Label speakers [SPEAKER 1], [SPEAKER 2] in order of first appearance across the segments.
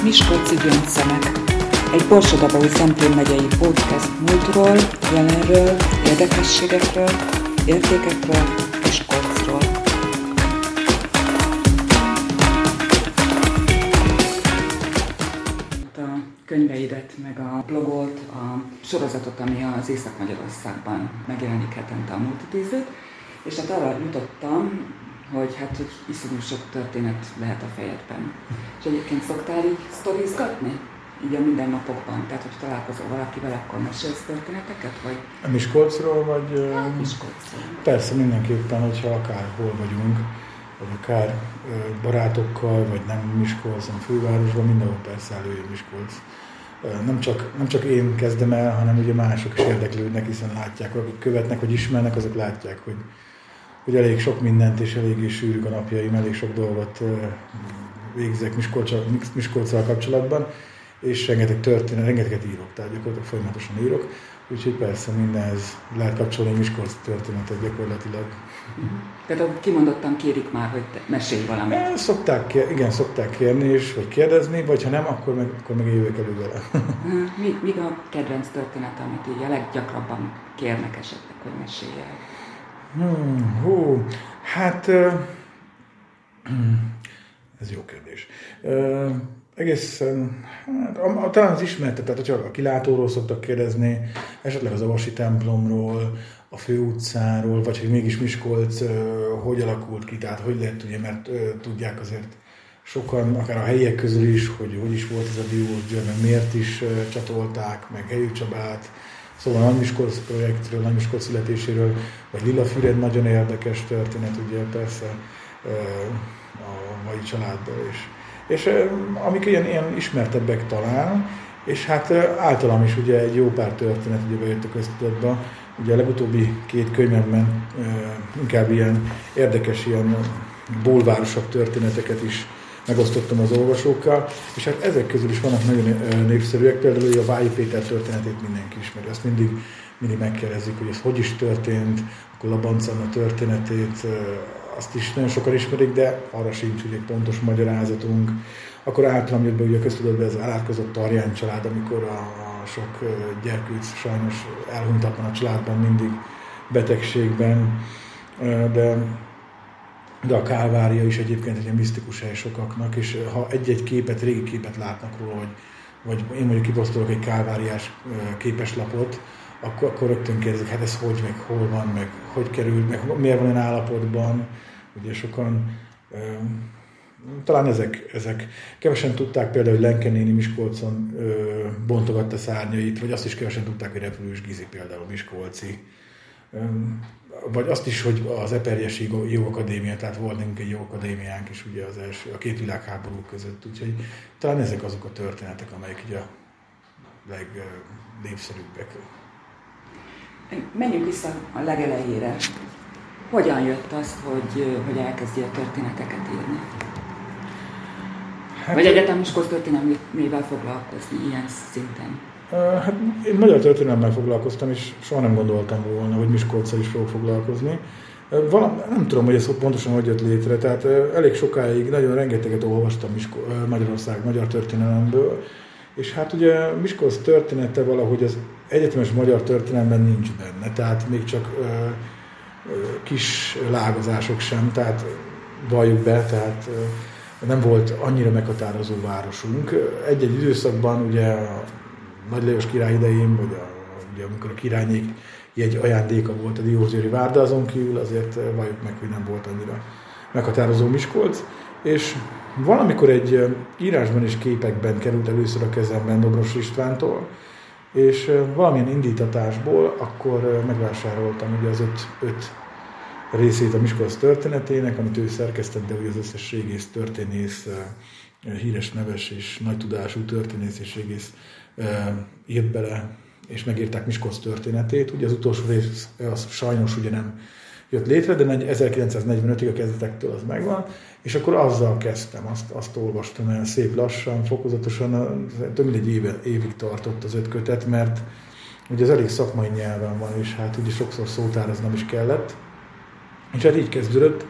[SPEAKER 1] Miskolci Gyöngyszemek, egy Borsod-Abaúj Szemplén megyei podcast múltról, jelenről, érdekességekről, értékekről és korcról. A könyveidet, meg a blogot, a sorozatot, ami az Észak-Magyarországban megjelenik hetente a Multitézőt, és hát arra jutottam, hogy iszonyú sok történet lehet a fejedben. És egyébként szoktál így sztorizgatni? Így a mindennapokban? Tehát, hogy találkozol valakivel, akkor mesélsz történeteket? Vagy...
[SPEAKER 2] A Miskolcról, vagy...
[SPEAKER 1] Miskolcról.
[SPEAKER 2] Persze, mindenképpen, hogyha akárhol vagyunk, vagy akár barátokkal, vagy nem Miskolcon, fővárosban, mindenhol persze előjön Miskolc. Nem csak én kezdem el, hanem ugye mások is érdeklődnek, hiszen látják, akik követnek, vagy ismernek, azok látják, hogy elég sok mindent és eléggé sűrűk a napjaim, elég sok dolgot végzek Miskolccal kapcsolatban, és rengeteget írok, tehát gyakorlatilag folyamatosan írok, úgyhogy persze mindenhez lehet kapcsolni Miskolc történetet gyakorlatilag.
[SPEAKER 1] Tehát kimondottan kérik már, hogy mesélj valamit.
[SPEAKER 2] Szokták kérni és vagy kérdezni, vagy ha nem, akkor meg jövök elő vele.
[SPEAKER 1] Mi a kedvenc történet, amit így a leggyakrabban kérnek esetleg, hogy mesélj el?
[SPEAKER 2] Ez jó kérdés. Egészen, talán az ismertet, tehát csak a kilátóról szoktak kérdezni, esetleg az Avasi templomról, a főutcáról, vagy hogy mégis Miskolc hogy alakult ki, tehát hogy lett, ugye, mert tudják azért sokan, akár a helyiek közül is, hogy is volt ez a Diósgyőr, meg miért is csatolták, meg Helyő Csabát. Szóval a Nagy-Miskolc projektről, Nagy-Miskolc születéséről, vagy Lila Füred nagyon érdekes történet, ugye persze a mai családdal is. És amik ilyen ismertebbek talán, és hát általam is ugye egy jó pár történet ugye bejött a köztudatba. Ugye a legutóbbi 2 könyvemben inkább ilyen érdekes, ilyen bulvárosabb történeteket is megosztottam az olvasókkal, és hát ezek közül is vannak nagyon népszerűek, például a Vályi Péter történetét mindenki ismeri, azt mindig megkérdezik, hogy ez hogy is történt, akkor Labanc Anna történetét, azt is nagyon sokan ismerik, de arra sincs ugye egy pontos magyarázatunk. Akkor általam jött be ugye a köztudatba ez az elátkozott Tarján család, amikor a sok gyerkőc sajnos elhunyt abban a családban, mindig betegségben, de a Kálvária is egyébként egy misztikus hely sokaknak, és ha egy-egy régi képet látnak róla, vagy én mondjuk kiposztolok egy kálváriás képeslapot, akkor rögtön kérdezik, hát ez hogy, meg hol van, meg hogy került, meg miért van olyan állapotban. Ugye sokan, talán ezek. Kevesen tudták például, hogy Lenke néni Miskolcon bontogatta szárnyait, vagy azt is kevesen tudták, hogy Repülős Gizi például miskolci. Vagy azt is, hogy az Eperjesi Jogakadémia, tehát volt nekünk egy jogakadémiánk is ugye az első, a 2 világháború között, úgyhogy talán ezek azok a történetek, amelyek ugye a legnépszerűbbek.
[SPEAKER 1] Menjünk vissza a legelejére. Hogyan jött azt, hogy elkezdjél történeteket írni? Vagy egyetem Miskolc történelmével foglalkozni ilyen szinten?
[SPEAKER 2] Hát én magyar történelemmel foglalkoztam, és soha nem gondoltam volna, hogy Miskolccal is fogok foglalkozni. Nem tudom, hogy ez pontosan hogy jött létre, tehát elég sokáig nagyon rengeteget olvastam magyar történelemből, és hát ugye Miskolc története valahogy az egyetemes magyar történelemben nincs benne, tehát még csak kis lágazások sem, tehát valljuk be, tehát nem volt annyira meghatározó városunk. Egy-egy időszakban ugye a Nagy Lajos király idején, vagy ugye amikor a királynék egy ajándéka volt a diósgyőri vár, de azon kívül azért valljuk meg, hogy nem volt annyira meghatározó Miskolc. És valamikor egy írásban és képekben került először a kezemben Dobros Istvántól, és valamilyen indítatásból akkor megvásároltam ugye az 5 részét a Miskolc történetének, amit ő szerkesztett, de az összes régész, történész, híres, neves és nagy tudású történész és régész írt bele, és megírták Miskolc történetét. Ugye az utolsó rész az sajnos ugye nem jött létre, de 1945-ig a kezdetektől az megvan, és akkor azzal kezdtem, azt olvastam el szép lassan, fokozatosan, több mint egy évig tartott az 5 kötet, mert ugye az elég szakmai nyelven van, és hát ugye sokszor szótároznom is kellett, és hát így kezdődött.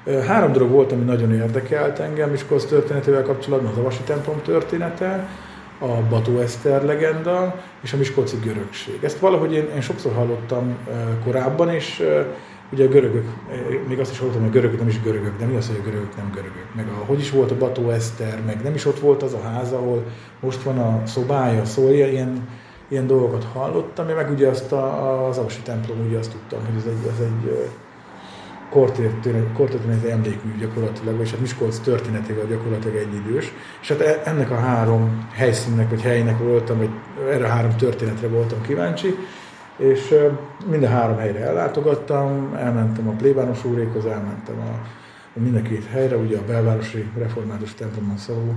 [SPEAKER 2] 3 dolog volt, ami nagyon érdekelt engem Miskolc történetével kapcsolatban, az Avasi templom története, a Bató Eszter legenda és a miskolci görögség. Ezt valahogy én sokszor hallottam korábban, és ugye a görögök, még azt is hallottam, hogy a görögök nem is görögök, de mi az, hogy a görögök nem görögök? Meg hogy is volt a Bató Eszter, meg nem is ott volt az a ház, ahol most van a szobája, szóval ilyen dolgokat hallottam, én meg ugye azt az Avasi templom, ugye azt tudtam, hogy ez egy kortörténeti emlékmű gyakorlatilag, vagy hát Miskolc történetével gyakorlatilag egyidős. És hát ennek a 3 helyszínnek, vagy helynek voltam, vagy erre a 3 történetre voltam kíváncsi, és mind a 3 helyre ellátogattam, elmentem a plébános úrékhoz, elmentem mind a 2 helyre, ugye a belvárosi református templomon szóló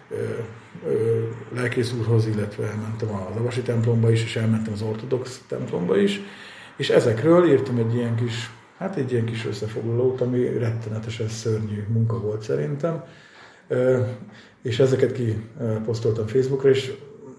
[SPEAKER 2] lelkész úrhoz, illetve elmentem az Avasi templomba is, és elmentem az ortodox templomba is, és ezekről írtam egy ilyen kis összefoglalót, ami rettenetesen szörnyű munka volt szerintem, és ezeket kiposztoltam Facebookra, és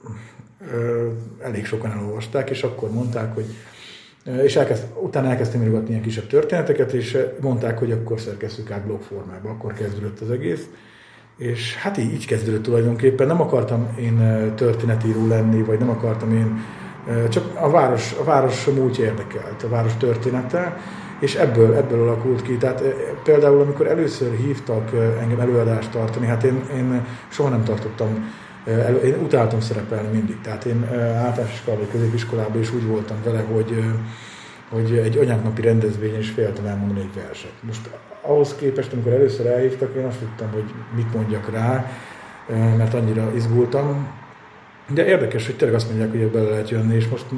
[SPEAKER 2] elég sokan elolvasták, és akkor mondták, hogy utána elkezdtem írogatni ilyen kisebb történeteket, és mondták, hogy akkor szerkesszük át blogformába, akkor kezdődött az egész. És hát így kezdődött tulajdonképpen. Nem akartam én történetíró lenni, vagy nem akartam én, csak a város múltja érdekelt, a város története, és ebből alakult ki. Tehát például, amikor először hívtak engem előadást tartani, hát én soha nem tartottam, én utáltam szerepelni mindig. Tehát én általános iskolában, középiskolában is úgy voltam vele, hogy egy anyáknapi rendezvényen is féltem elmondani egy verset. Most ahhoz képest, amikor először elhívtak, én azt tudtam, hogy mit mondjak rá, mert annyira izgultam. De érdekes, hogy tényleg azt mondják, hogy bele lehet jönni, és most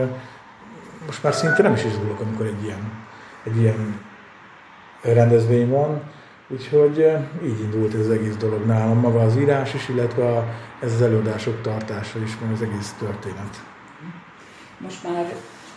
[SPEAKER 2] már szinte nem is izgulok, amikor egy ilyen rendezvény van. Úgyhogy így indult ez az egész dolog nálam, maga az írás is, illetve ez az előadások tartása is, meg az egész történet.
[SPEAKER 1] Most már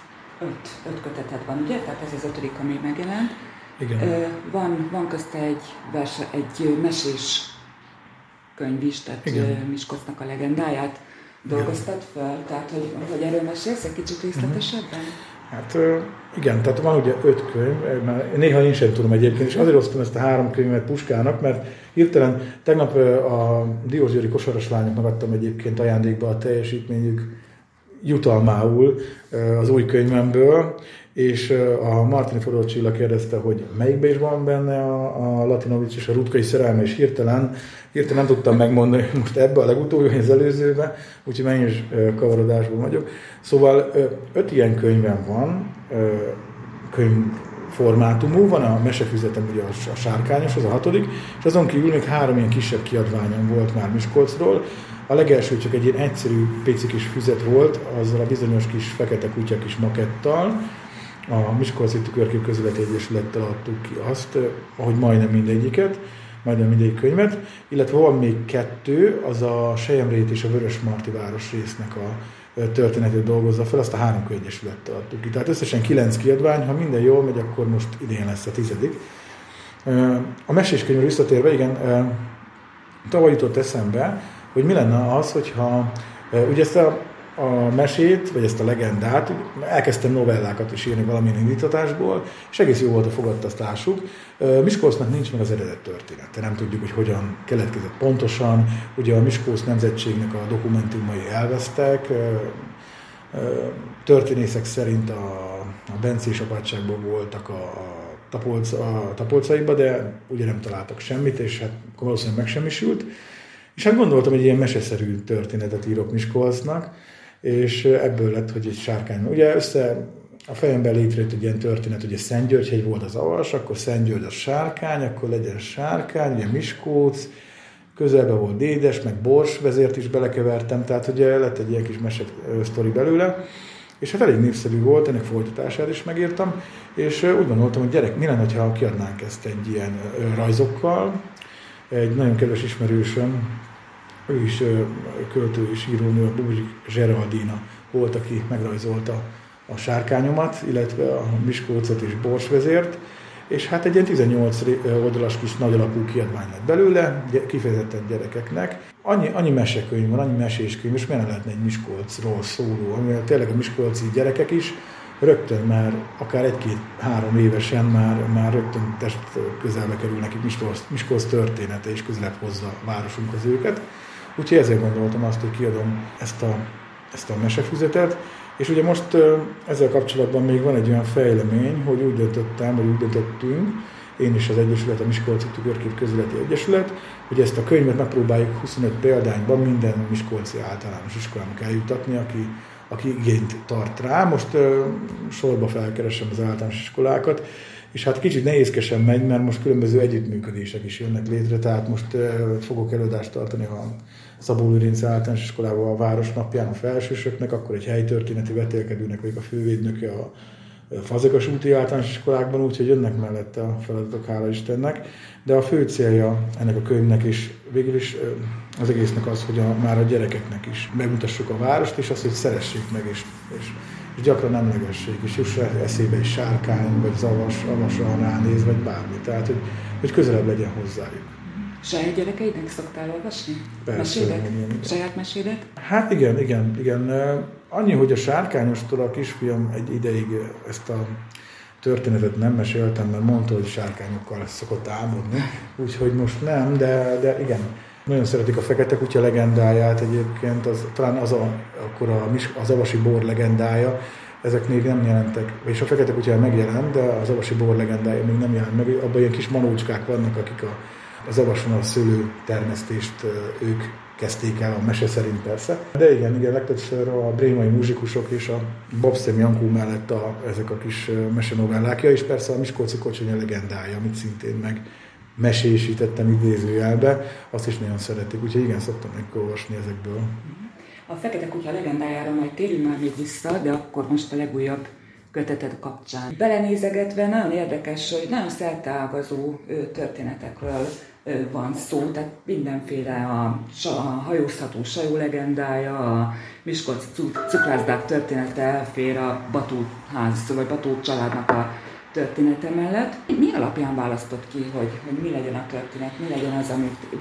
[SPEAKER 1] 5 köteted van, ugye? Tehát ez az 5., ami megjelent.
[SPEAKER 2] Igen.
[SPEAKER 1] Van közte egy mesés könyv is, tehát Miskolcnak a legendáját dolgoztad fel, tehát hogy erről mesélsz egy kicsit részletesebben?
[SPEAKER 2] Hát igen, tehát van ugye 5 könyv, néha én sem tudom egyébként, és azért osztom ezt a 3 könyvet Puskának, mert hirtelen tegnap a Diósgyőri kosaras lányoknak adtam egyébként ajándékba a teljesítményük jutalmául az új könyvemből, és a Martini Forró Csilla kérdezte, hogy melyikben is van benne a Latinovics és a Rutkai szerelme, és hirtelen nem tudtam megmondani, hogy most ebbe a legutóbbi, vagy az előzőbe, úgyhogy mennyi is kavarodásból vagyok. Szóval 5 ilyen könyvem van, könyvformátumú, van a Mesefüzetem, ugye a Sárkányos, az a 6., és azon kívül még 3 ilyen kisebb kiadványom volt már Miskolcról. A legelső csak egy ilyen egyszerű, pici kis füzet volt, azzal a bizonyos kis fekete kutya kis makettal. A Miskolci Tükörkép Közéleti Egyesülettel adtuk ki azt, ahogy majdnem mindegyik könyvet, illetve van még 2, az a Selyemrét és a Vörösmarty városrésznek a történetét dolgozza fel, azt a 3 könyvegyesülettel adtuk ki. Tehát összesen 9 kiadvány, ha minden jól megy, akkor most idén lesz a 10. A meséskönyvről visszatérve, igen, tavaly jutott eszembe, hogy mi lenne az, hogyha ugye ezt a mesét, vagy ezt a legendát, elkezdtem novellákat is írni valamilyen indítatásból, és egész jó volt a fogadtatásuk. Miskolcnak nincs meg az eredet története, nem tudjuk, hogy hogyan keletkezett pontosan. Ugye a Miskolc nemzetségnek a dokumentumai elvesztek, történészek szerint a bencés apátságban voltak a tapolcaiba, de ugye nem találtak semmit, és hát valószínűleg megsemmisült. És hát gondoltam, hogy ilyen meseszerű történetet írok Miskolcnak, és ebből lett, hogy egy sárkány. Ugye a fejemben létrejött egy ilyen történet, ugye Szentgyörgyhegy volt az Avas, akkor Szentgyörgy az sárkány, akkor legyen sárkány, ugye Miskolc, közelben volt Dédes, meg Bors vezért is belekevertem, tehát ugye lett egy ilyen kis mesesztori belőle, és hát elég népszerű volt, ennek folytatását is megírtam, és úgy gondoltam, hogy mi lenne, ha kiadnánk ezt egy ilyen rajzokkal. Egy nagyon kedves ismerősöm, ő is költő és írónő, a Bubzsik Zseraldina volt, aki megrajzolta a sárkányomat, illetve a Miskolcot és Bors vezért, és hát egy ilyen 18 oldalas kis nagy alapú kiadvány lett belőle, kifejezetten gyerekeknek. Annyi mesekönyv van, annyi meséskönyv, és miért lehetne egy Miskolcról szóló, amivel tényleg a miskolci gyerekek is rögtön már akár 1-2-3 évesen már rögtön test közelbe kerül nekik Miskolc története, és közelebb hozza a városunkhoz őket. Úgyhogy ezért gondoltam azt, hogy kiadom ezt a mesefüzetet. És ugye most ezzel kapcsolatban még van egy olyan fejlemény, hogy úgy döntöttünk, én is az Egyesület, a Miskolci Tükörkép Közéleti Egyesület, hogy ezt a könyvet megpróbáljuk 25 példányban minden miskolci általános iskolának eljutatni, aki igényt tart rá. Most sorba felkeresem az általános iskolákat, és hát kicsit nehézkesen megy, mert most különböző együttműködések is jönnek létre, tehát most fogok előadást tartani a Szabó-Lőrinc általános iskolával a Városnapján a felsősöknek, akkor egy helytörténeti vetélkedőnek vagyok a fővédnöke a Fazekas úti általános iskolákban, úgyhogy jönnek mellette a feladatok, hála Istennek. De a fő célja ennek a könyvnek is, végül is az egésznek az, hogy már a gyerekeknek is megmutassuk a várost, és azt, hogy szeressék meg, és gyakran emlegessék, és jusson eszébe is sárkány, vagy zavasra ránéz, vagy bármi. Tehát, hogy közelebb legyen hozzájuk.
[SPEAKER 1] Saját gyerekeidnek szoktál olvasni?
[SPEAKER 2] Persze.
[SPEAKER 1] Saját mesédet?
[SPEAKER 2] Hát igen. Annyi, hogy a sárkányostól a kisfiam egy ideig ezt a történetet nem meséltem, mert mondta, hogy sárkányokkal szokott álmodni, úgyhogy most nem, de igen. Nagyon szeretik a Fekete Kutya legendáját egyébként, talán akkor az avasi bor legendája, ezek még nem jelentek, vagyis a Fekete Kutya megjelent, de az avasi bor legendája még nem jelent meg, abban ilyen kis manócskák vannak, akik az avason a szőlő termesztést ők kezdték el, a mese szerint persze. De igen, legtöbbször a brémai muzsikusok és a Babszem Jankó mellett ezek a kis mesenovellákja, és persze a Miskolci Kocsonya legendája, amit szintén meg mesésítettem idézőjelbe, azt is nagyon szeretik, úgyhogy igen, szoktam olvasni ezekből.
[SPEAKER 1] A Fekete Kutya legendájára majd térjünk már még vissza, de akkor most a legújabb köteted kapcsán. Belenézegetve nagyon érdekes, hogy nagyon szerteágazó történetekről van szó, tehát mindenféle a hajózható sajó legendája, a Miskolci cukrászdák története elfér a Bató ház, vagy Bató családnak a története mellett. Mi alapján választott ki, hogy mi legyen a történet, mi legyen az,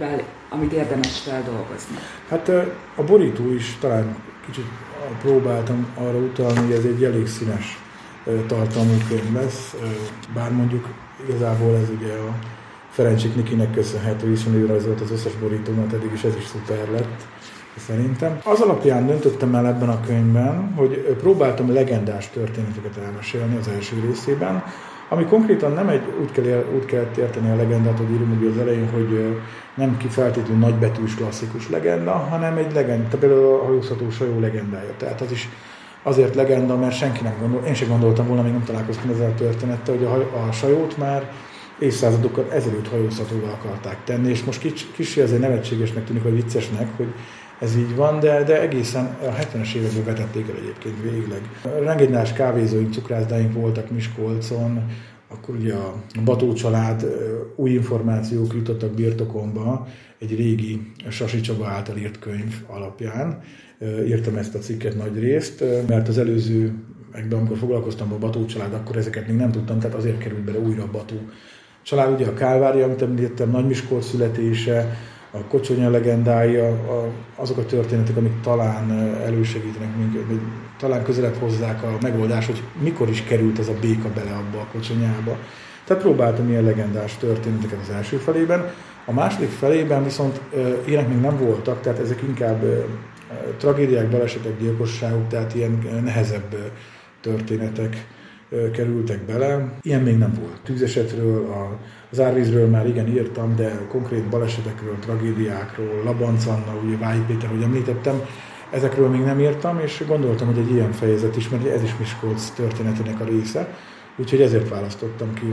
[SPEAKER 1] amit érdemes feldolgozni?
[SPEAKER 2] Hát a borító is talán kicsit próbáltam arra utalni, hogy ez egy elég színes tartalmú könyv lesz, bár mondjuk igazából ez ugye a Ferencsik Nikinek köszönhető, hiszen ő rajzolt az összes borítómat, eddig is ez is szuper lett szerintem. Az alapján döntöttem el ebben a könyvben, hogy próbáltam legendás történeteket elmesélni az első részében, ami konkrétan nem úgy kellett érteni a legendát, hogy írunk ugye az elején, hogy nem feltétlenül nagybetűs klasszikus legenda, hanem egy legenda, például a hajózható sajó legendája. Tehát az is azért legenda, mert senki nem gondol, én sem gondoltam volna, még nem találkoztam ezzel a történettel, hogy a sajót már évszázadokkal ezelőtt hajózhatóvá akarták tenni, és most kicsi azért nevetségesnek tűnik, vagy viccesnek, hogy ez így van, de egészen a 70-es években vetették el egyébként végleg. Rengeteg kávézóink, cukrászdáink voltak Miskolcon, akkor ugye a Bató család új információk jutottak birtokomba egy régi Sasi Csaba által írt könyv alapján. Írtam ezt a cikket nagy részt, mert az előző, amikor foglalkoztam a Bató család, akkor ezeket még nem tudtam, tehát azért került bele újra a Bató család, ugye a Kálvária, amit említettem, Nagy Miskolc születése, a Kocsonya legendája, azok a történetek, amik talán elősegítenek minket, vagy talán közelebb hozzák a megoldást, hogy mikor is került ez a béka bele abba a Kocsonyába. Tehát próbáltam ilyen legendás történeteket az első felében. A második felében viszont ilyenek még nem voltak, tehát ezek inkább tragédiák, balesetek, gyilkosságok, tehát ilyen nehezebb történetek kerültek bele. Ilyen még nem volt. Tűzesetről, az árvízről már igen írtam, de konkrét balesetekről, tragédiákról, Labanc Anna, ugye Vályi Péter, ahogy említettem, ezekről még nem írtam, és gondoltam, hogy egy ilyen fejezet is, mert ez is Miskolc történetének a része, úgyhogy ezért választottam ki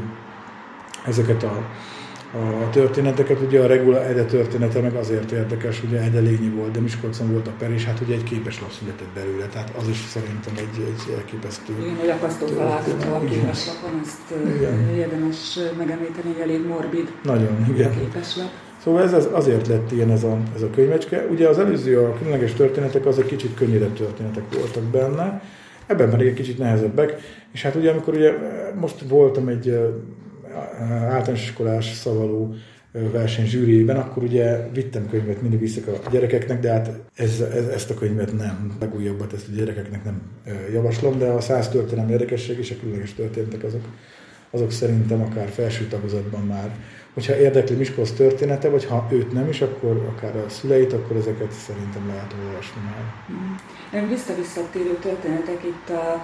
[SPEAKER 2] ezeket a történeteket. Ugye a Regula Ede története meg azért érdekes, ugye Ede lényi volt, de Miskolcon volt a per, és hát ugye egy képeslap született belőle, tehát az is szerintem egy elképesztő.
[SPEAKER 1] Igen, hogy akasztóval látható a képeslapon, azt érdemes megemlíteni, hogy elég morbid.
[SPEAKER 2] Nagyon, igen.
[SPEAKER 1] Képeslap.
[SPEAKER 2] Szóval ez azért lett ilyen ez a könyvecske. Ugye az előző, a különleges történetek, az egy kicsit könnyedebb történetek voltak benne, ebben pedig egy kicsit nehezebbek, és hát ugye amikor ugye most voltam egy általános iskolás szavaló verseny zsűriében, akkor ugye vittem könyvet, mindig viszek a gyerekeknek, de hát ezt a könyvet nem, legújabbat ezt a gyerekeknek nem javaslom, de a 100 történelmi érdekesség és a különleges történetek azok szerintem akár felső tagozatban már, hogyha érdekli Miskolc története, vagy ha őt nem is, akkor akár a szüleit, akkor ezeket szerintem lehet olvasni már.
[SPEAKER 1] Visszavisszatérő történetek itt a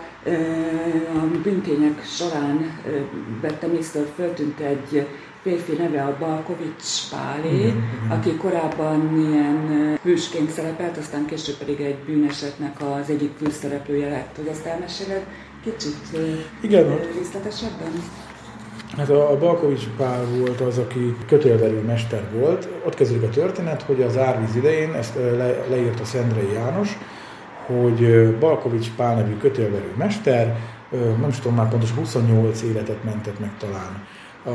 [SPEAKER 1] bűntények során vettem észre, hogy föltűnt egy férfi neve a Balkovics Pálé, aki korábban ilyen hősként szerepelt, aztán később pedig egy bűnesetnek az egyik főszereplője lett. Hogy ezt elmeséled kicsit részletesebben?
[SPEAKER 2] Hát a Balkovics Pál volt az, aki kötélverő mester volt. Ott kezdődik a történet, hogy az árvíz idején, ezt leírta Szendrei János, hogy Balkovics Pál nevű kötélverő mester, nem is tudom már pontosan, 28 életet mentett meg talán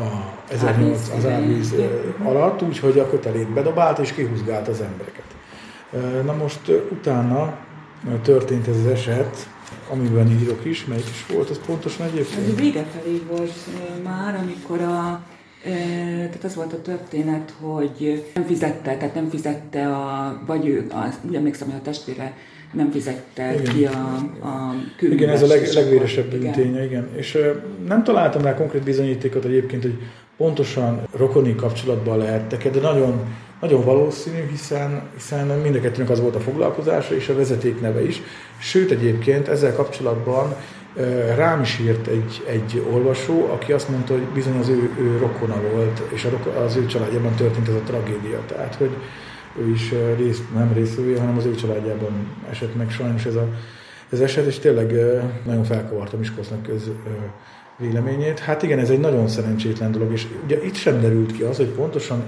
[SPEAKER 2] az árvíz alatt, úgyhogy a kötelét bedobált és kihúzgált az embereket. Na most utána történt ez az eset, amiben írok is, melyik is volt, az pontosan egyébként?
[SPEAKER 1] Ez vége felé volt már, amikor tehát az volt a történet, hogy nem fizette vagy ő, úgy emlékszem, hogy a testvére nem fizette ki a különböző.
[SPEAKER 2] Igen, ez a legvéresebb bűnténye, igen. És nem találtam rá konkrét bizonyítékot egyébként, hogy pontosan rokoni kapcsolatban lehettek, de nagyon, nagyon valószínű, hiszen mind a kettőnek az volt a foglalkozása és a vezetékneve is. Sőt, egyébként ezzel kapcsolatban rám is írt egy olvasó, aki azt mondta, hogy bizony az ő rokona volt, és az ő családjában történt ez a tragédia. Tehát, hogy ő is nem részvevője, hanem az ő családjában esett meg sajnos ez eset, és tényleg nagyon felkavarta Miskolcnak véleményét. Hát igen, ez egy nagyon szerencsétlen dolog, és ugye itt sem derült ki az, hogy pontosan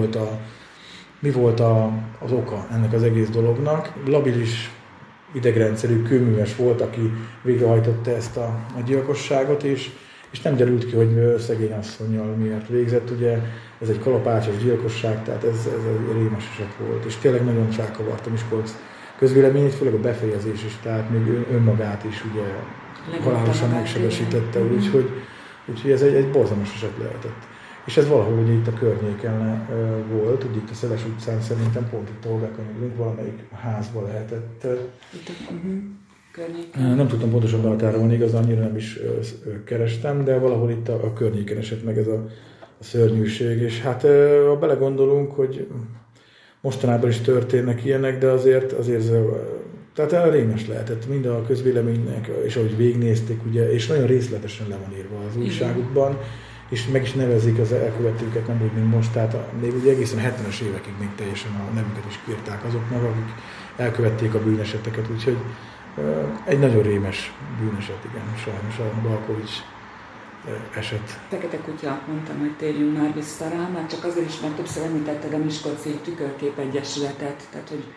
[SPEAKER 2] mi volt az oka ennek az egész dolognak. Labilis idegrendszerű kőműves volt, aki végrehajtotta ezt a gyilkosságot, és nem derült ki, hogy szegény asszonnyal miért végzett. Ugye ez egy kalapácsos gyilkosság, tehát ez egy rémes eset volt, és tényleg nagyon felkavarta Miskolc közvéleményét, főleg a befejezés is, tehát még önmagát is ugye halálosan megsebesítette, úgyhogy ez egy borzalmas eset lehetett. És ez valahol itt a környéken volt, ugye itt a Szeles utcán szerintem pont itt, ahol bekanyarulunk, valamelyik házba lehetett. Nem tudtam pontosan behatárolni, igaz, annyira nem is kerestem, de valahol itt a környéken esett meg ez a szörnyűség. És hát ha belegondolunk, hogy mostanában is történnek ilyenek, de azért tehát rémes lehetett mind a közvéleménynek, és ahogy végignézték, ugye, és nagyon részletesen le van írva az újságukban, és meg is nevezik az elkövetőket, nem úgy, mint most, tehát még ugye egészen 70-es évekig még teljesen a nevüket is kiírták azoknak, akik elkövették a bűneseteket, úgyhogy egy nagyon rémes bűneset, igen, sajnos a Balkovics eset.
[SPEAKER 1] Fekete kutya, mondtam, hogy térjünk már vissza rá, már csak azért is, mert többször említetted a Miskolci Tükörkép Egyesületet, tehát hogy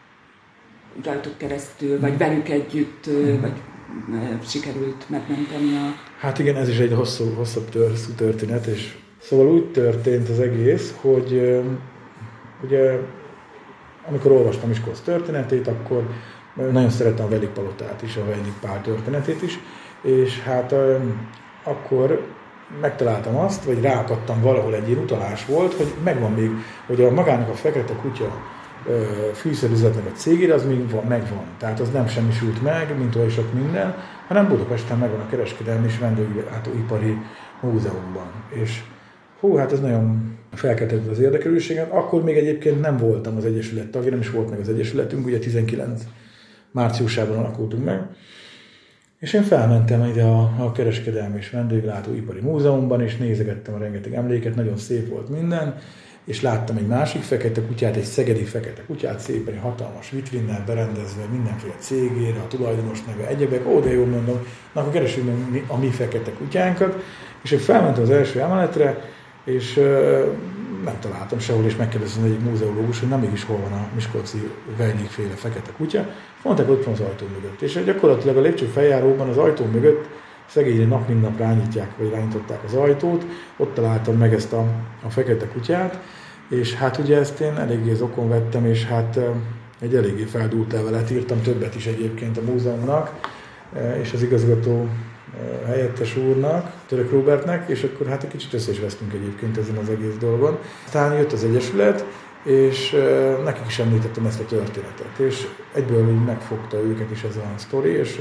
[SPEAKER 1] rajtuk keresztül, vagy velük együtt, vagy sikerült megmenteni a...
[SPEAKER 2] Hát igen, ez is egy hosszabb történet, és szóval úgy történt az egész, hogy ugye amikor olvastam Miskolc történetét, akkor nagyon szerettem a Velik palotát is, a Velik Pál történetét is, és hát akkor megtaláltam azt, vagy ráakadtam valahol egy ilyen utalás volt, hogy megvan még, hogy a magának a Fekete Kutya fűszerüzletnek a cégére, az még megvan. Tehát az nem semmisült meg, mint olyan sok minden, hanem Budapesten megvan a kereskedelmi és vendéglátóipari múzeumban. És hát ez nagyon felkeltett az érdekelőséget. Akkor még egyébként nem voltam az Egyesület tagja, nem is volt meg az Egyesületünk, ugye 19 márciusában alakultunk meg. És én felmentem ide a kereskedelmi és vendéglátóipari múzeumban, és nézegettem a rengeteg emléket, nagyon szép volt minden, és láttam egy másik fekete kutyát, egy szegedi fekete kutyát, szépen hatalmas vitrínnel berendezve, mindenféle cégére, a tulajdonos neve, egyebek, de jól mondom, akkor keresünk a mi fekete kutyánkat, és én felmentem az első emeletre, és nem találtam sehol, és megkérdeztem egyik múzeológus, hogy nem mégis hol van a miskolci Vejlék-féle fekete kutya. Mondták, hogy ott van az ajtó mögött. És gyakorlatilag a lépcső feljáróban az ajtó mögött szegényre nap mint nap rányították az ajtót, ott találtam meg ezt a fekete kutyát, és hát ugye ezt én eléggé zokon vettem, és hát egy eléggé feldúlt levelet írtam, többet is egyébként a múzeumnak, és az igazgató helyettes úrnak, Török Róbertnek, és akkor hát egy kicsit össze is vesztünk egyébként ezen az egész dolgon. Aztán jött az Egyesület, és nekik is említettem ezt a történetet, és egyből így megfogta őket is ez a sztori, és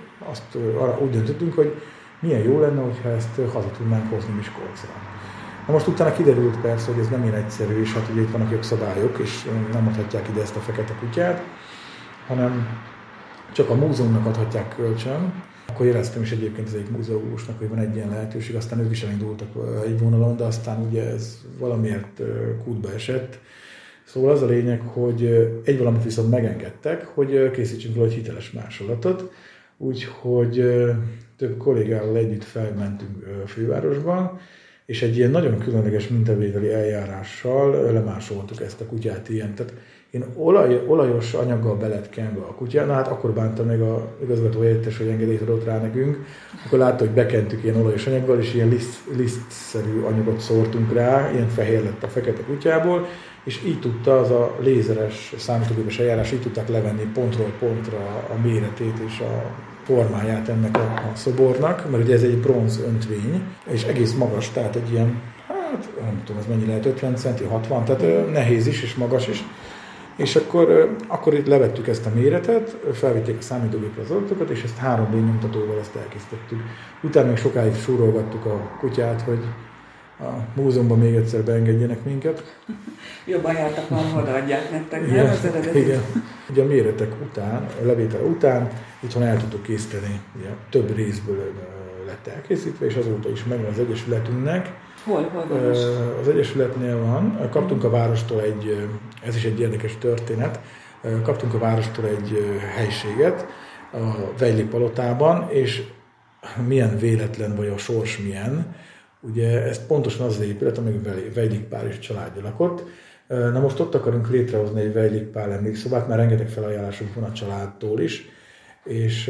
[SPEAKER 2] arra úgy döntöttünk, hogy milyen jó lenne, hogyha ezt haza tudnánk hozni Miskolcra. Na most utána kiderült persze, hogy ez nem ilyen egyszerű, és hát ugye itt vannak jogszabályok, és nem adhatják ide ezt a fekete kutyát, hanem csak a múzeumnak adhatják kölcsön. Akkor éreztem is egyébként az egyik múzeumosnak, hogy van egy ilyen lehetőség, aztán ők is elindultak egy vonalon, de aztán ugye ez valamiért kútba esett. Szóval az a lényeg, hogy egy valamit viszont megengedtek, hogy készítsünk róla egy hiteles másolatot, úgyhogy több kollégával együtt felmentünk fővárosban, és egy ilyen nagyon különleges mintavételi eljárással lemásoltuk ezt a kutyát ilyen. Tehát én olajos anyaggal belett kenve a kutyát, na hát akkor bánta meg a igazgató helyettes, hogy engedélyt adott rá nekünk, akkor látta, hogy bekentük ilyen olajos anyaggal, és ilyen lisztszerű anyagot szórtunk rá, ilyen fehér lett a fekete kutyából, és így tudta az a lézeres számítógépes eljárás, így tudták levenni pontról pontra a méretét és a formáját ennek a szobornak, mert ugye ez egy bronz öntvény, és egész magas, tehát egy ilyen, hát nem tudom, ez mennyi lehet, 50 centi, 60, tehát nehéz is és magas is. És akkor itt levettük ezt a méretet, felvitték a számítógépre az adatokat, és ezt 3D nyomtatóval ezt elkészítettük. Utána még sokáig súrolgattuk a kutyát, hogy a múzeumban még egyszer beengedjenek minket.
[SPEAKER 1] Jobban jártak, ha odaadják nektek, nem az eredetit?
[SPEAKER 2] Igen. Ugye a méretek után, a levétel után itthon el tudtuk készíteni, ugye több részből lett elkészítve, és azóta is megvan az Egyesületünknek.
[SPEAKER 1] Hol van most?
[SPEAKER 2] Az Egyesületnél van. Kaptunk a várostól ez is egy érdekes történet, kaptunk a várostól egy helységet a Vejli palotában, és milyen véletlen, vagy a sors milyen. Ugye ez pontosan az épület, amelyik Vejlik Pál és családja lakott. Na most ott akarunk létrehozni egy Vejlik Pál emlékszobát, mert rengeteg felajánlásunk van a családtól is, és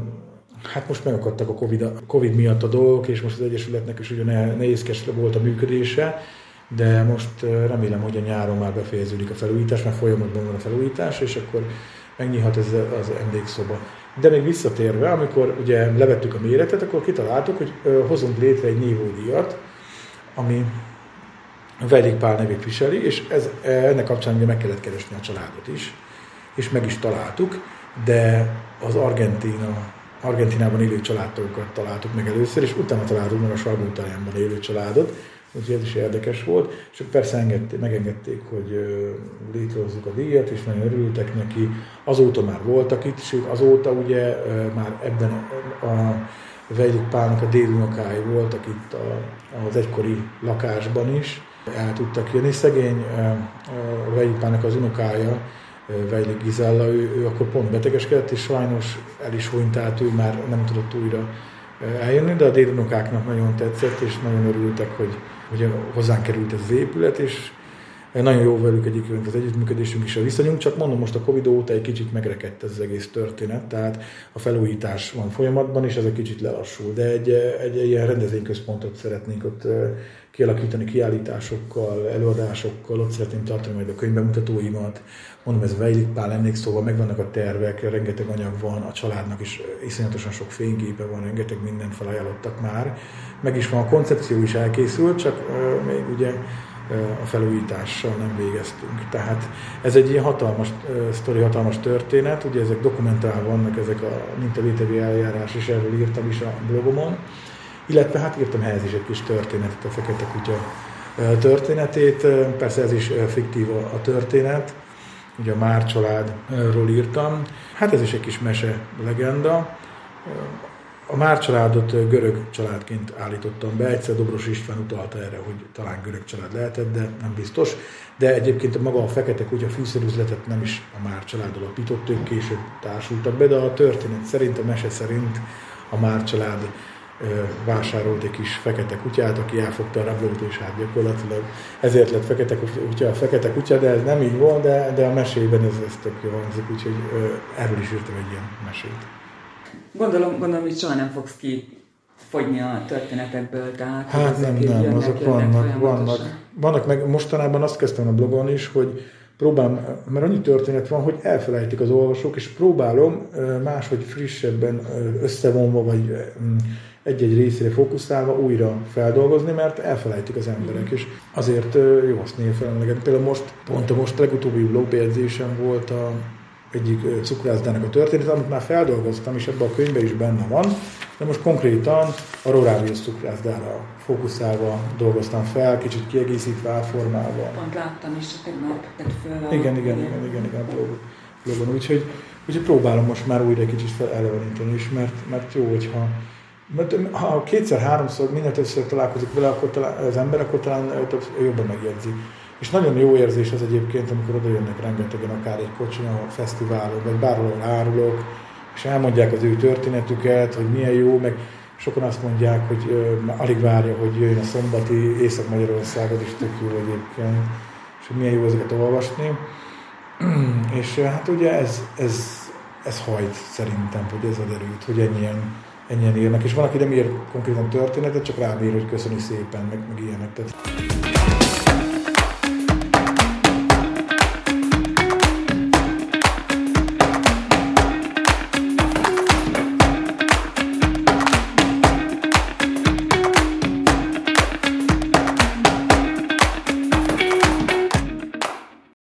[SPEAKER 2] hát most megakadtak a Covid miatt a dolgok, és most az Egyesületnek is ugye nehézkes volt a működése, de most remélem, hogy a nyáron már befejeződik a felújítás, mert folyamatban van a felújítás, és akkor megnyílhat ez az emlékszoba. De még visszatérve, amikor ugye levettük a méretet, akkor kitaláltuk, hogy hozunk létre egy névódíjat, ami Vejlik Pál nevét viseli, és ennek kapcsán ugye meg kellett keresni a családot is, és meg is találtuk, de az Argentínában élő családtagokat találtuk meg először, és utána találtuk meg a Salgótarjánban élő családot, úgyhogy ez is érdekes volt, és persze megengedték, hogy létrehozzuk a díjat, és nagyon örültek neki. Azóta már voltak itt, sőt azóta ugye már ebben a Vejlik Pálnak a dédunokái voltak itt az egykori lakásban is, el tudtak jönni. Szegény Vejlik Pálnak az unokája, Vejlik Gizella, ő akkor pont betegeskedett, és sajnos el is hunyt, tehát ő már nem tudott újra eljönni, de a dédunokáknak nagyon tetszett, és nagyon örültek, hogy hozzánk került ez az épület, és nagyon jó velük egyébként az együttműködésünk is a viszonyunk, csak mondom, most a Covid óta egy kicsit megrekedt ez az egész történet, tehát a felújítás van folyamatban, és ez egy kicsit lelassul, de egy ilyen rendezvényközpontot szeretnénk ott kialakítani kiállításokkal, előadásokkal, ott szeretném tartani majd a könyvbemutatóimat. Mondom, ez a Vejlik Pál emlékszóval megvannak a tervek, rengeteg anyag van, a családnak is iszonyatosan sok fényképe van, rengeteg mindent felajánlottak már. Meg is van, a koncepció is elkészült, csak még ugye a felújítással nem végeztünk. Tehát ez egy ilyen hatalmas sztori, hatalmas történet, ugye ezek dokumentálva vannak, ezek a mintavételi eljárás, és erről írtam is a blogomon. Illetve hát írtam ehhez is egy kis történetet, a Fekete Kutya történetét. Persze ez is fiktív a történet, ugye a Már családról írtam. Hát ez is egy kis mese legenda. A Már családot görög családként állítottam be. Egyszer Dobros István utalta erre, hogy talán görög család lehetett, de nem biztos. De egyébként maga a Fekete Kutya fűszerüzletet nem is a Már család alapított, ők később társultak be, de a történet szerint, a mese szerint a Már család vásárolt egy kis fekete kutyát, aki elfogta a rablót, és hát gyakorlatilag ezért lett fekete kutya, de ez nem így volt, de a mesében ez tök jó hangzik, úgyhogy erről is írtam egy ilyen mesét.
[SPEAKER 1] Gondolom, hogy soha nem fogsz kifogyni a történetekből, tehát...
[SPEAKER 2] Hát nem, azok vannak. Meg mostanában azt kezdtem a blogon is, hogy próbálom, mert annyi történet van, hogy elfelejtik az olvasók, és próbálom máshogy frissebben összevonva, vagy egy-egy részére fókuszálva újra feldolgozni, mert elfelejtik az emberek, és azért jó azt néha felemlegetni. Például most legutóbbi blogbejegyzésem volt egyik cukrászdának a történet, amit már feldolgoztam, és ebben a könyvben is benne van, de most konkrétan a Rorávius cukrászdára fókuszálva dolgoztam fel, kicsit kiegészítve, átformálva.
[SPEAKER 1] Pont láttam is, tegnap tett föl a...
[SPEAKER 2] Igen, a blogon. Úgyhogy próbálom most már újra egy kicsit eleveníteni is, mert jó, hogyha ha kétszer-háromszor, minél többször találkozik vele az ember, akkor talán jobban megjegyzi. És nagyon jó érzés az egyébként, amikor oda jönnek rengetegen, akár egy kocsin, a fesztiválon, vagy bárhol árulok, és elmondják az ő történetüket, hogy milyen jó, meg sokan azt mondják, hogy alig várja, hogy jöjjön a szombati Észak-Magyarországon, és tök jó egyébként, és hogy milyen jó ezeket olvasni. És hát ugye ez hajt szerintem, hogy ez ad erőt, hogy ennyien írnak. És van, aki nem ír konkrétan történetet, csak rám ír, hogy köszöni szépen, meg ilyenek. Tehát...